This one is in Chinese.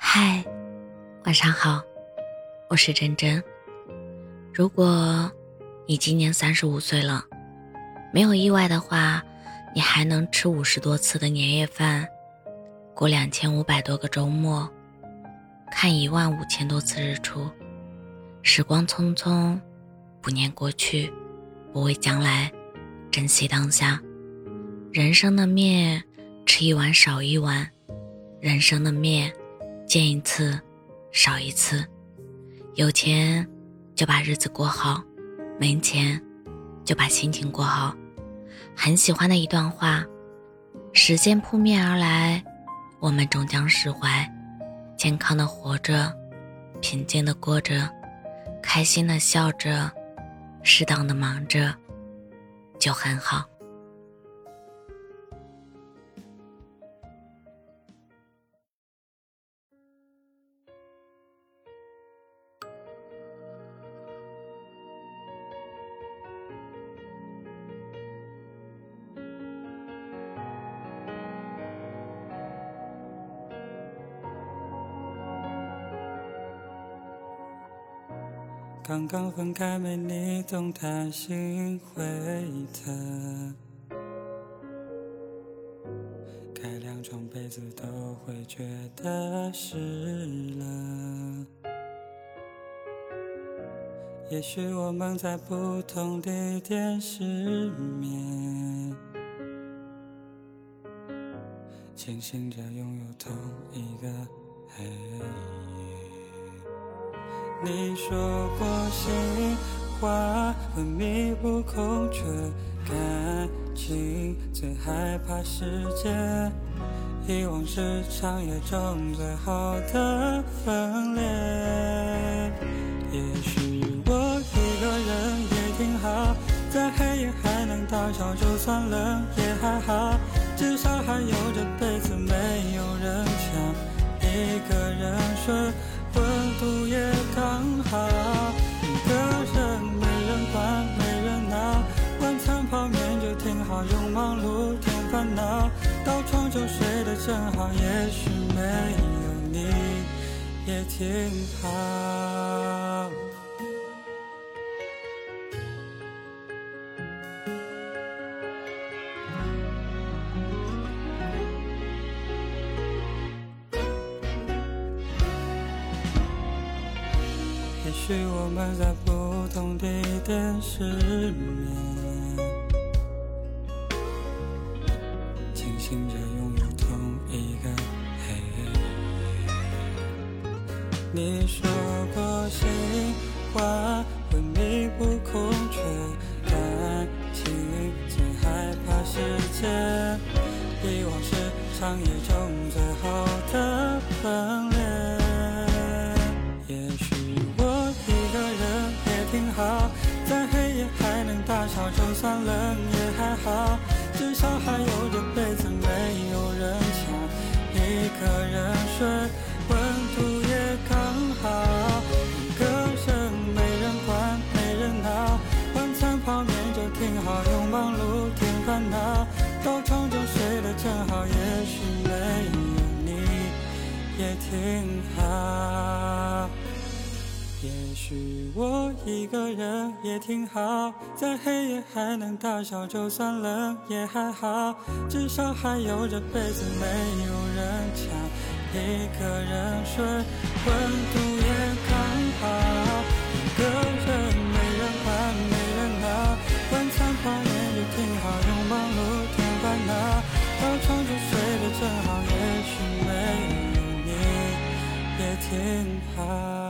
嗨，晚上好，我是真真。如果你今年35岁了，没有意外的话，你还能吃50多次的年夜饭，过2500多个周末，看15000多次日出。时光匆匆，不念过去，不畏将来，珍惜当下。人生的面，吃一碗少一碗，人生的面，见一次少一次。有钱就把日子过好，没钱就把心情过好。很喜欢的一段话，时间扑面而来，我们终将释怀。健康的活着，平静的过着，开心的笑着，适当的忙着，就很好。 刚刚分开没你动弹心灰的，开2床被子都会觉得湿了。也许我们在不同地点失眠，庆幸着拥有同一个黑夜。你说过心话会密不空缺，感情最害怕时间，遗忘是长夜中最好的分裂。也许我一个人也挺好，在黑夜还能大笑，就算冷也还好，至少还有这辈子没有人抢，一个人睡温度也刚好，一个人没人管没人闹，晚餐泡面就挺好，用忙碌添烦恼，到床就睡得正好，也许没有你也挺好。也许我们在不同地点失眠，庆幸着拥有同一个黑夜。你说过心话会密不空缺，感情最害怕时间，遗忘是长夜中最好的分裂。在黑夜还能大笑，就算冷也还好，至少还有这辈子没有人抢，一个人睡温度也刚好，一个人没人管没人闹，晚餐泡面就挺好，用忙碌添烦恼，到床就睡得正好，也许没有你也挺好。也许我一个人也挺好，在黑夜还能大笑，就算冷也还好，至少还有这辈子没有人抢，一个人睡温度也刚好，一个人没人管没人闹，晚餐泡面就挺好，用忙碌添烦恼，到床就睡得正好，也许没有你也挺好。